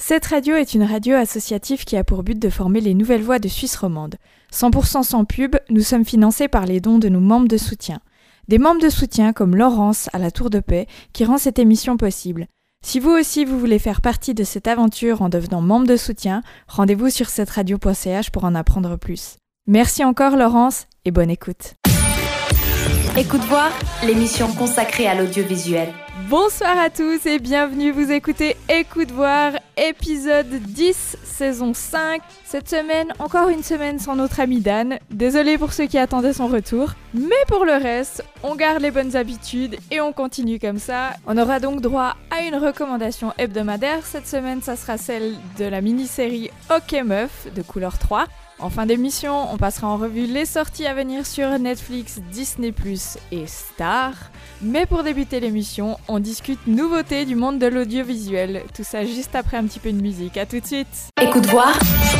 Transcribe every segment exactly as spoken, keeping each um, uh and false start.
Cette radio est une radio associative qui a pour but de former les nouvelles voix de Suisse romande. cent pour cent sans pub, nous sommes financés par les dons de nos membres de soutien. Des membres de soutien comme Laurence à la Tour de Paix qui rend cette émission possible. Si vous aussi vous voulez faire partie de cette aventure en devenant membre de soutien, rendez-vous sur cette radio point c h pour en apprendre plus. Merci encore Laurence et bonne écoute. Écoute voir, l'émission consacrée à l'audiovisuel. Bonsoir à tous et bienvenue, vous écoutez Écoute voir, épisode dix, saison cinq. Cette semaine, encore une semaine sans notre ami Dan. Désolé pour ceux qui attendaient son retour. Mais pour le reste, on garde les bonnes habitudes et on continue comme ça. On aura donc droit à une recommandation hebdomadaire. Cette semaine, ça sera celle de la mini-série Ok Meuf de Couleur trois. En fin d'émission, on passera en revue les sorties à venir sur Netflix, Disney plus, et Star. Mais pour débuter l'émission, on discute nouveautés du monde de l'audiovisuel. Tout ça juste après un petit peu de musique. À tout de suite. Écoute voir,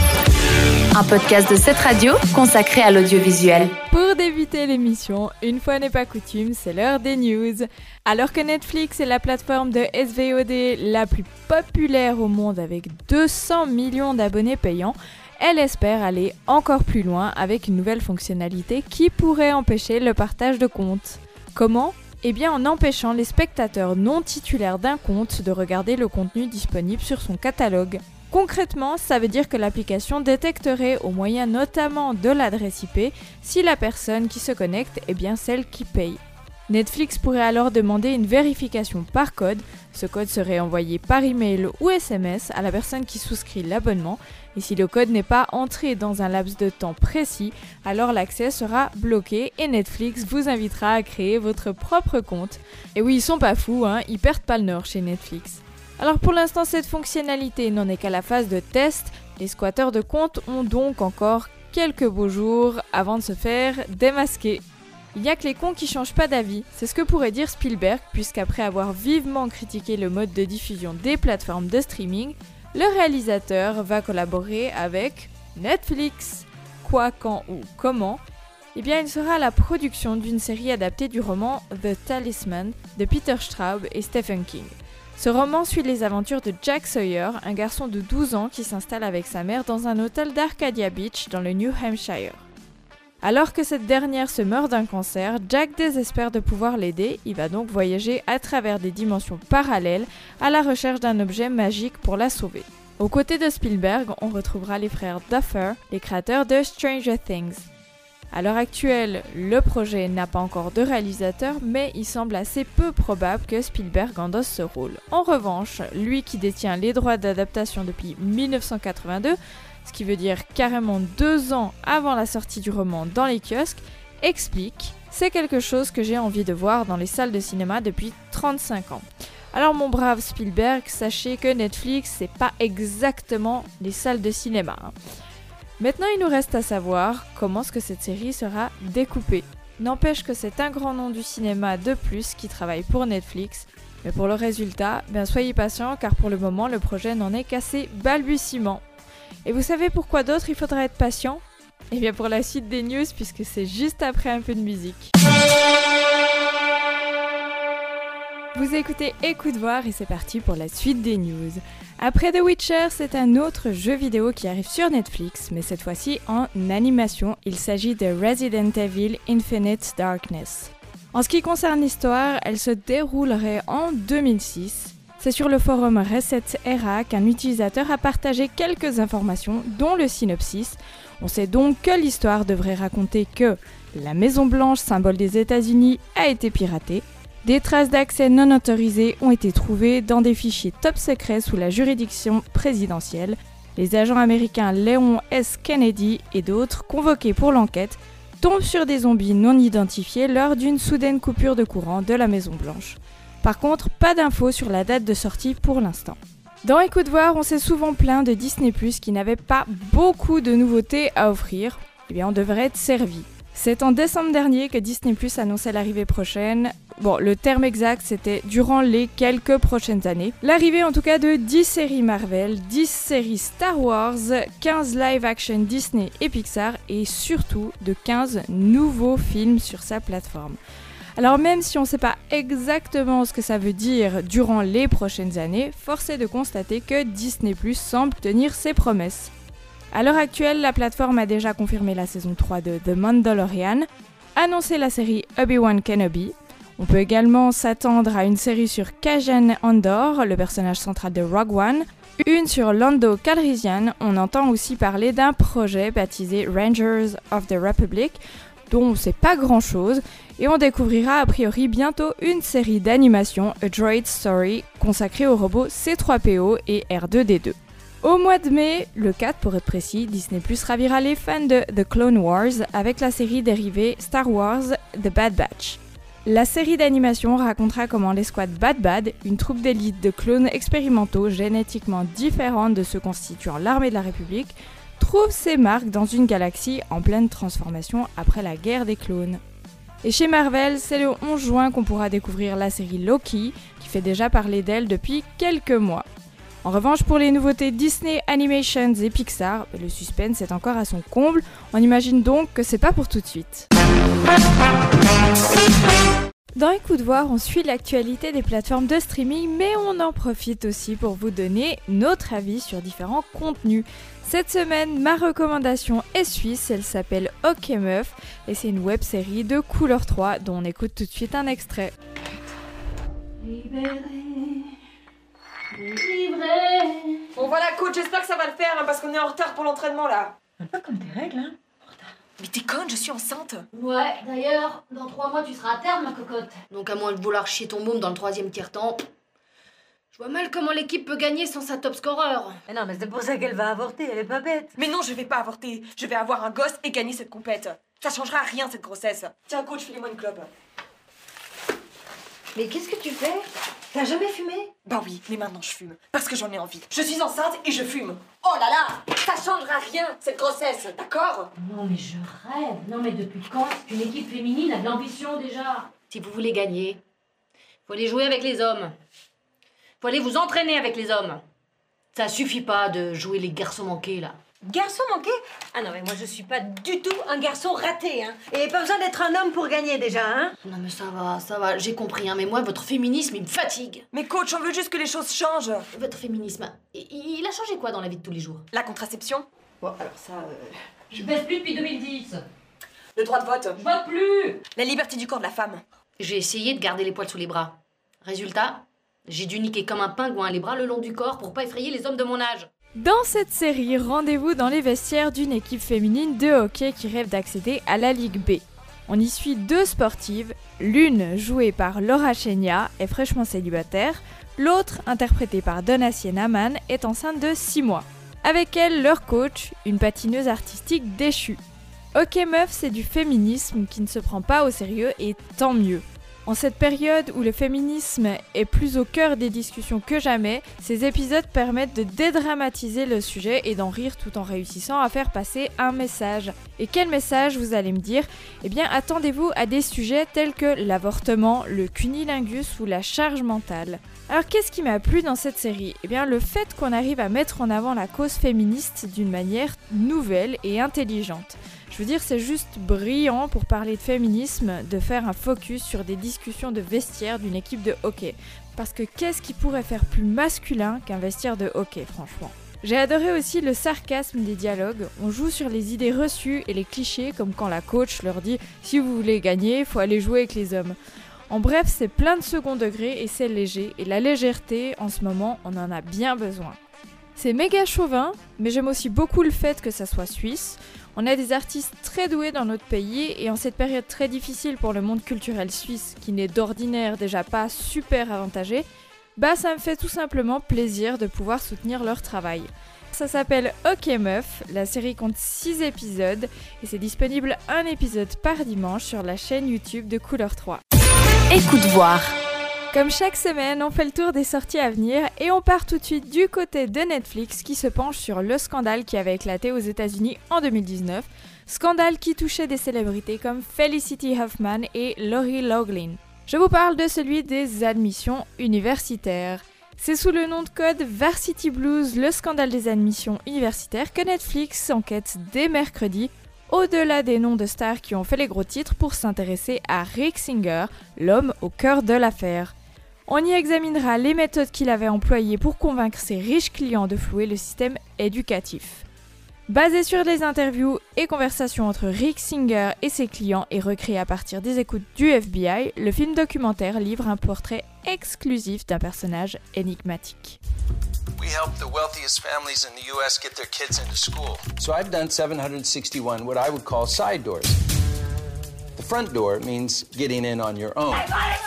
un podcast de cette radio consacré à l'audiovisuel. Pour débuter l'émission, une fois n'est pas coutume, c'est l'heure des news. Alors que Netflix est la plateforme de S V O D la plus populaire au monde avec deux cents millions d'abonnés payants, elle espère aller encore plus loin avec une nouvelle fonctionnalité qui pourrait empêcher le partage de comptes. Comment ? Eh bien en empêchant les spectateurs non titulaires d'un compte de regarder le contenu disponible sur son catalogue. Concrètement, ça veut dire que l'application détecterait, au moyen notamment de l'adresse I P, si la personne qui se connecte est bien celle qui paye. Netflix pourrait alors demander une vérification par code. Ce code serait envoyé par email ou S M S à la personne qui souscrit l'abonnement. Et si le code n'est pas entré dans un laps de temps précis, alors l'accès sera bloqué et Netflix vous invitera à créer votre propre compte. Et oui, ils sont pas fous, hein, ils perdent pas le nord chez Netflix. Alors pour l'instant, cette fonctionnalité n'en est qu'à la phase de test. Les squatteurs de comptes ont donc encore quelques beaux jours avant de se faire démasquer. Il n'y a que les cons qui changent pas d'avis, c'est ce que pourrait dire Spielberg, puisqu'après avoir vivement critiqué le mode de diffusion des plateformes de streaming, le réalisateur va collaborer avec Netflix. Quoi, quand ou comment ? Eh bien, il sera à la production d'une série adaptée du roman The Talisman de Peter Straub et Stephen King. Ce roman suit les aventures de Jack Sawyer, un garçon de douze ans qui s'installe avec sa mère dans un hôtel d'Arcadia Beach dans le New Hampshire. Alors que cette dernière se meurt d'un cancer, Jack désespère de pouvoir l'aider, il va donc voyager à travers des dimensions parallèles à la recherche d'un objet magique pour la sauver. Aux côtés de Spielberg, on retrouvera les frères Duffer, les créateurs de Stranger Things. À l'heure actuelle, le projet n'a pas encore de réalisateur, mais il semble assez peu probable que Spielberg endosse ce rôle. En revanche, lui qui détient les droits d'adaptation depuis dix-neuf cent quatre-vingt-deux, ce qui veut dire carrément deux ans avant la sortie du roman dans les kiosques, explique « C'est quelque chose que j'ai envie de voir dans les salles de cinéma depuis trente-cinq ans. » Alors mon brave Spielberg, sachez que Netflix, c'est pas exactement les salles de cinéma. Hein. Maintenant, il nous reste à savoir comment est-ce que cette série sera découpée. N'empêche que c'est un grand nom du cinéma de plus qui travaille pour Netflix. Mais pour le résultat, ben soyez patients car pour le moment, le projet n'en est qu'à ses balbutiements. Et vous savez pourquoi d'autres il faudra être patient ? Eh bien pour la suite des news, puisque c'est juste après un peu de musique. Vous écoutez Écoute voir et c'est parti pour la suite des news. Après The Witcher, c'est un autre jeu vidéo qui arrive sur Netflix, mais cette fois-ci en animation. Il s'agit de Resident Evil Infinite Darkness. En ce qui concerne l'histoire, elle se déroulerait en deux mille six. C'est sur le forum ResetEra qu'un utilisateur a partagé quelques informations, dont le synopsis. On sait donc que l'histoire devrait raconter que la Maison Blanche, symbole des États-Unis, a été piratée. Des traces d'accès non autorisées ont été trouvées dans des fichiers top secrets sous la juridiction présidentielle. Les agents américains Leon S. Kennedy et d'autres, convoqués pour l'enquête, tombent sur des zombies non identifiés lors d'une soudaine coupure de courant de la Maison Blanche. Par contre, pas d'infos sur la date de sortie pour l'instant. Dans Écoute voir, on s'est souvent plaint de Disney plus, qui n'avait pas beaucoup de nouveautés à offrir. Eh bien, on devrait être servi. C'est en décembre dernier que Disney plus annonçait l'arrivée prochaine. Bon, le terme exact, c'était durant les quelques prochaines années. L'arrivée en tout cas de dix séries Marvel, dix séries Star Wars, quinze live-action Disney et Pixar et surtout de quinze nouveaux films sur sa plateforme. Alors même si on ne sait pas exactement ce que ça veut dire durant les prochaines années, force est de constater que Disney plus semble tenir ses promesses. À l'heure actuelle, la plateforme a déjà confirmé la saison trois de The Mandalorian, annoncé la série Obi-Wan Kenobi. On peut également s'attendre à une série sur Kajan Andor, le personnage central de Rogue One, une sur Lando Calrissian. On entend aussi parler d'un projet baptisé Rangers of the Republic, dont on ne sait pas grand-chose, et on découvrira a priori bientôt une série d'animation, A Droid Story, consacrée aux robots C trois P O et R deux D deux. Au mois de mai, le quatre pour être précis, Disney plus ravira les fans de The Clone Wars avec la série dérivée Star Wars The Bad Batch. La série d'animation racontera comment l'escouade Bad Bad, une troupe d'élite de clones expérimentaux génétiquement différentes de ceux constituant l'armée de la République, trouve ses marques dans une galaxie en pleine transformation après la guerre des clones. Et chez Marvel, c'est le onze juin qu'on pourra découvrir la série Loki, qui fait déjà parler d'elle depuis quelques mois. En revanche, pour les nouveautés Disney Animations et Pixar, le suspense est encore à son comble, on imagine donc que c'est pas pour tout de suite. Dans Écoute Voir, on suit l'actualité des plateformes de streaming, mais on en profite aussi pour vous donner notre avis sur différents contenus. Cette semaine, ma recommandation est suisse, elle s'appelle Ok Meuf, et c'est une web-série de Couleur trois dont on écoute tout de suite un extrait. Libéré, livré. Bon voilà coach, j'espère que ça va le faire hein, parce qu'on est en retard pour l'entraînement là. Un peu comme tes règles, hein. Mais t'es conne, je suis enceinte. Ouais, d'ailleurs, dans trois mois tu seras à terme, ma cocotte. Donc à moins de vouloir chier ton môme dans le troisième tiers-temps, je vois mal comment l'équipe peut gagner sans sa top scorer. Mais non, mais c'est pour ça qu'elle va avorter, elle est pas bête. Mais non, je vais pas avorter. Je vais avoir un gosse et gagner cette compète. Ça changera rien cette grossesse. Tiens coach, file-moi une clope. Mais qu'est-ce que tu fais? T'as jamais fumé? Bah oui, mais maintenant je fume. Parce que j'en ai envie. Je suis enceinte et je fume. Oh là là, ça changera rien cette grossesse, d'accord? Non mais je rêve. Non mais depuis quand est-ce qu'une équipe féminine a de l'ambition déjà? Si vous voulez gagner, faut aller jouer avec les hommes. Faut aller vous entraîner avec les hommes. Ça suffit pas de jouer les garçons manqués là. Garçon manqué? Ah non, mais moi je suis pas du tout un garçon raté, hein. Et pas besoin d'être un homme pour gagner déjà, hein. Non mais ça va, ça va, j'ai compris, hein, mais moi votre féminisme il me fatigue. Mais coach, on veut juste que les choses changent. Votre féminisme, il, il a changé quoi dans la vie de tous les jours? La contraception? Bon, alors ça... Euh... Je baisse plus depuis deux mille dix. Le droit de vote? Je vote plus. La liberté du corps de la femme? J'ai essayé de garder les poils sous les bras. Résultat, j'ai dû niquer comme un pingouin les bras le long du corps pour pas effrayer les hommes de mon âge. Dans cette série, rendez-vous dans les vestiaires d'une équipe féminine de hockey qui rêve d'accéder à la Ligue B. On y suit deux sportives, l'une jouée par Laura Chenia est fraîchement célibataire, l'autre, interprétée par Donna Sienna Mann, est enceinte de six mois. Avec elle, leur coach, une patineuse artistique déchue. Ok Meuf, c'est du féminisme qui ne se prend pas au sérieux et tant mieux. En cette période où le féminisme est plus au cœur des discussions que jamais, ces épisodes permettent de dédramatiser le sujet et d'en rire tout en réussissant à faire passer un message. Et quel message, vous allez me dire? Eh bien, attendez-vous à des sujets tels que l'avortement, le cunnilingus ou la charge mentale. Alors, qu'est-ce qui m'a plu dans cette série? Eh bien, le fait qu'on arrive à mettre en avant la cause féministe d'une manière nouvelle et intelligente. Je veux dire, c'est juste brillant pour parler de féminisme, de faire un focus sur des discussions de vestiaire d'une équipe de hockey. Parce que qu'est-ce qui pourrait faire plus masculin qu'un vestiaire de hockey, franchement? J'ai adoré aussi le sarcasme des dialogues. On joue sur les idées reçues et les clichés, comme quand la coach leur dit « Si vous voulez gagner, il faut aller jouer avec les hommes ». En bref, c'est plein de second degré et c'est léger. Et la légèreté, en ce moment, on en a bien besoin. C'est méga chauvin, mais j'aime aussi beaucoup le fait que ça soit suisse. On a des artistes très doués dans notre pays et en cette période très difficile pour le monde culturel suisse, qui n'est d'ordinaire déjà pas super avantagé, bah ça me fait tout simplement plaisir de pouvoir soutenir leur travail. Ça s'appelle Ok Meuf, la série compte six épisodes et c'est disponible un épisode par dimanche sur la chaîne YouTube de Couleur trois. Écoute voir. Comme chaque semaine, on fait le tour des sorties à venir et on part tout de suite du côté de Netflix qui se penche sur le scandale qui avait éclaté aux États-Unis en deux mille dix-neuf. Scandale qui touchait des célébrités comme Felicity Huffman et Lori Loughlin. Je vous parle de celui des admissions universitaires. C'est sous le nom de code Varsity Blues, le scandale des admissions universitaires, que Netflix enquête dès mercredi au-delà des noms de stars qui ont fait les gros titres pour s'intéresser à Rick Singer, l'homme au cœur de l'affaire. On y examinera les méthodes qu'il avait employées pour convaincre ses riches clients de flouer le système éducatif. Basé sur les interviews et conversations entre Rick Singer et ses clients et recréé à partir des écoutes du F B I, le film documentaire livre un portrait exclusif d'un personnage énigmatique. We help the wealthiest families in the U S get their kids into school. So I've done seven hundred sixty-one what I would call side doors. The front door means getting in on your own.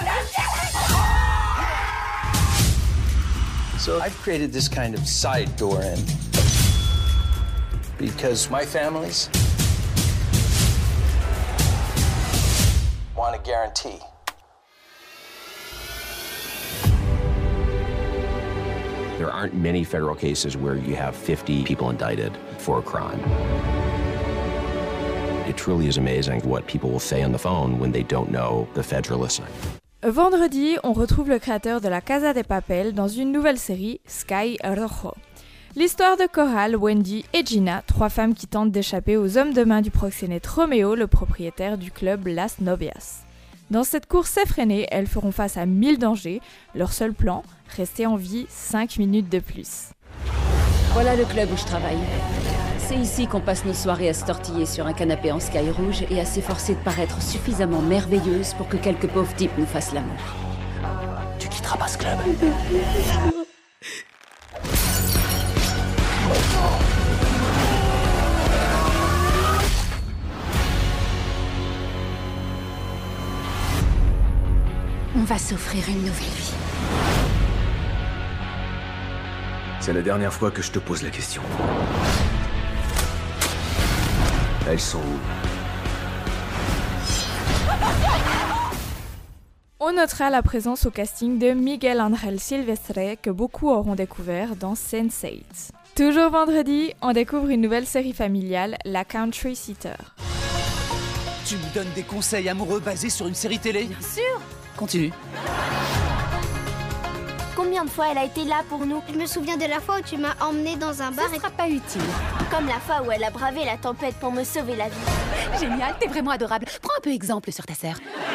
So I've created this kind of side door in because my families want a guarantee. There aren't many federal cases where you have fifty people indicted for a crime. It truly is amazing what people will say on the phone when they don't know the feds are listening. Vendredi, on retrouve le créateur de La Casa de Papel dans une nouvelle série, Sky Rojo. L'histoire de Coral, Wendy et Gina, trois femmes qui tentent d'échapper aux hommes de main du proxénète Romeo, le propriétaire du club Las Novias. Dans cette course effrénée, elles feront face à mille dangers. Leur seul plan, rester en vie cinq minutes de plus. Voilà le club où je travaille. C'est ici qu'on passe nos soirées à se tortiller sur un canapé en sky rouge et à s'efforcer de paraître suffisamment merveilleuse pour que quelques pauvres types nous fassent l'amour. Tu quitteras pas ce club. On va s'offrir une nouvelle vie. C'est la dernière fois que je te pose la question. Elles sont où? On notera la présence au casting de Miguel Ángel Silvestre que beaucoup auront découvert dans sense eight. Toujours vendredi, on découvre une nouvelle série familiale, La Country Sitter. Tu me donnes des conseils amoureux basés sur une série télé? Bien sûr. Continue. Combien de fois elle a été là pour nous? Je me souviens de la fois où tu m'as emmenée dans un bar. Ça sera pas utile. Comme la fois où elle a bravé la tempête pour me sauver la vie. Génial, t'es vraiment adorable. Prends un peu exemple sur ta sœur.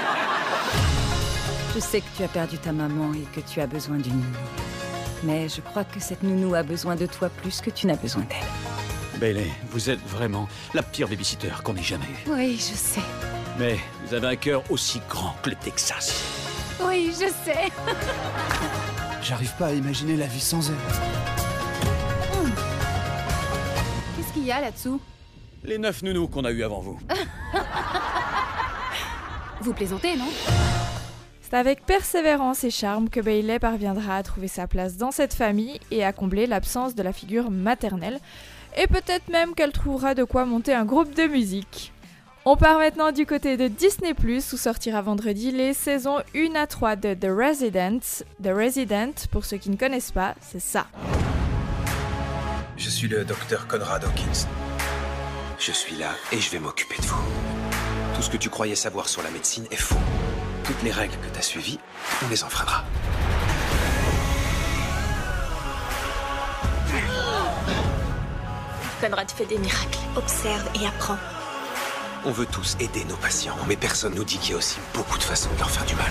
Je sais que tu as perdu ta maman et que tu as besoin d'une nounou. Mais je crois que cette nounou a besoin de toi plus que tu n'as besoin d'elle. Bailey, vous êtes vraiment la pire babysitter qu'on ait jamais eue. Oui, je sais. Mais vous avez un cœur aussi grand que le Texas. Oui, je sais. J'arrive pas à imaginer la vie sans elle. Mmh. Qu'est-ce qu'il y a là-dessous? Les neuf nounous qu'on a eu avant vous. Vous plaisantez, non? C'est avec persévérance et charme que Bailey parviendra à trouver sa place dans cette famille et à combler l'absence de la figure maternelle. Et peut-être même qu'elle trouvera de quoi monter un groupe de musique. On part maintenant du côté de Disney plus, où sortira vendredi les saisons un à trois de The Resident. The Resident, pour ceux qui ne connaissent pas, c'est ça. Je suis le docteur Conrad Hawkins. Je suis là et je vais m'occuper de vous. Tout ce que tu croyais savoir sur la médecine est faux. Toutes les règles que tu as suivies, on les enfreindra. Conrad fait des miracles, observe et apprend. On veut tous aider nos patients, mais personne nous dit qu'il y a aussi beaucoup de façons de leur faire du mal.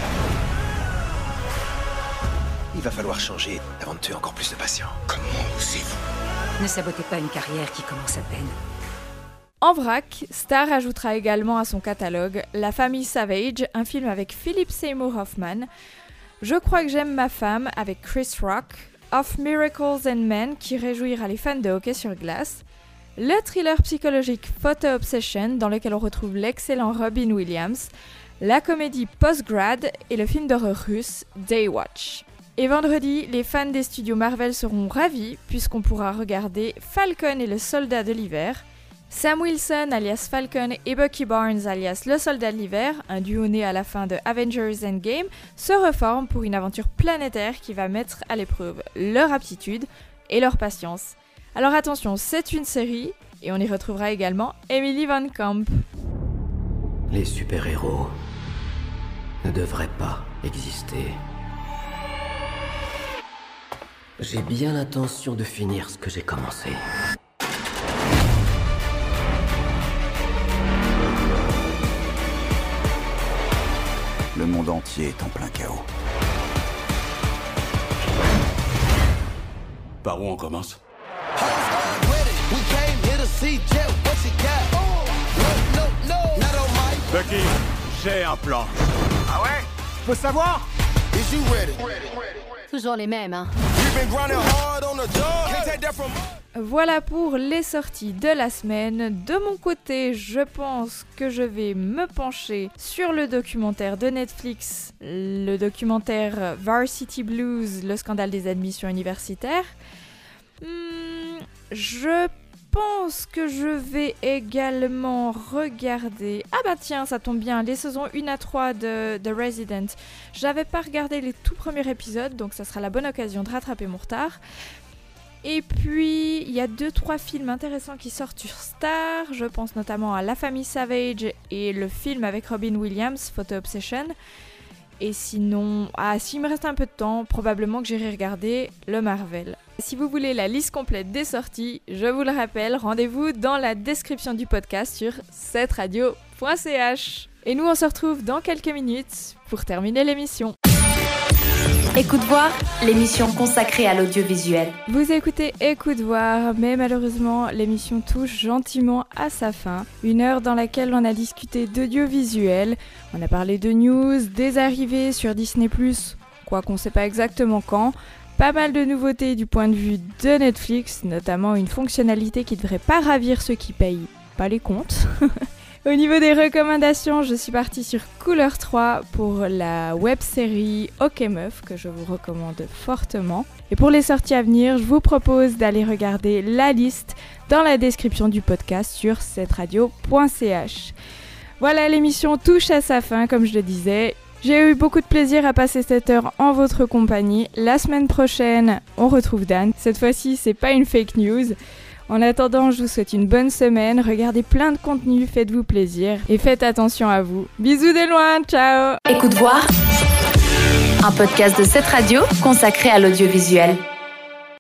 Il va falloir changer avant de tuer encore plus de patients. Comment osez-vous? Ne sabotez pas une carrière qui commence à peine. En vrac, Star ajoutera également à son catalogue La Famille Savage, un film avec Philip Seymour Hoffman, Je crois que j'aime ma femme avec Chris Rock, Of Miracles and Men qui réjouira les fans de hockey sur glace, le thriller psychologique Photo Obsession dans lequel on retrouve l'excellent Robin Williams, la comédie Postgrad et le film d'horreur russe Daywatch. Et vendredi, les fans des studios Marvel seront ravis puisqu'on pourra regarder Falcon et le soldat de l'hiver. Sam Wilson alias Falcon et Bucky Barnes alias le soldat de l'hiver, un duo né à la fin de Avengers Endgame, se reforment pour une aventure planétaire qui va mettre à l'épreuve leur aptitude et leur patience. Alors attention, c'est une série, et on y retrouvera également Emily Van Camp. Les super-héros ne devraient pas exister. J'ai bien l'intention de finir ce que j'ai commencé. Le monde entier est en plein chaos. Par où on commence? Bucky, j'ai un plan. Ah ouais? Je peux savoir? Toujours les mêmes, hein. Voilà pour les sorties de la semaine. De mon côté, je pense que je vais me pencher sur le documentaire de Netflix, le documentaire Varsity Blues, le scandale des admissions universitaires. Hmm, je pense que je vais également regarder... Ah bah tiens, ça tombe bien, les saisons un à trois de, de Resident. J'avais pas regardé les tout premiers épisodes, donc ça sera la bonne occasion de rattraper mon retard. Et puis, il y a deux trois films intéressants qui sortent sur Star. Je pense notamment à La Famille Savage et le film avec Robin Williams, Photo Obsession. Et sinon, ah, s'il me reste un peu de temps, probablement que j'irai regarder le Marvel. Si vous voulez la liste complète des sorties, je vous le rappelle, rendez-vous dans la description du podcast sur cette radio point c h. Et nous, on se retrouve dans quelques minutes pour terminer l'émission. Écoute voir, l'émission consacrée à l'audiovisuel. Vous écoutez Écoute voir, mais malheureusement, l'émission touche gentiment à sa fin. Une heure dans laquelle on a discuté d'audiovisuel, on a parlé de news, des arrivées sur Disney plus, quoi qu'on sait pas exactement quand, pas mal de nouveautés du point de vue de Netflix, notamment une fonctionnalité qui devrait pas ravir ceux qui payent pas les comptes. Au niveau des recommandations, je suis partie sur Couleur trois pour la web-série OK Meuf que je vous recommande fortement. Et pour les sorties à venir, je vous propose d'aller regarder la liste dans la description du podcast sur cette radio point c h. Voilà, l'émission touche à sa fin, comme je le disais. J'ai eu beaucoup de plaisir à passer cette heure en votre compagnie. La semaine prochaine, on retrouve Dan. Cette fois-ci, c'est pas une fake news. En attendant, je vous souhaite une bonne semaine, regardez plein de contenus, faites-vous plaisir et faites attention à vous. Bisous des loin, ciao! Écoute voir, un podcast de cette radio consacré à l'audiovisuel.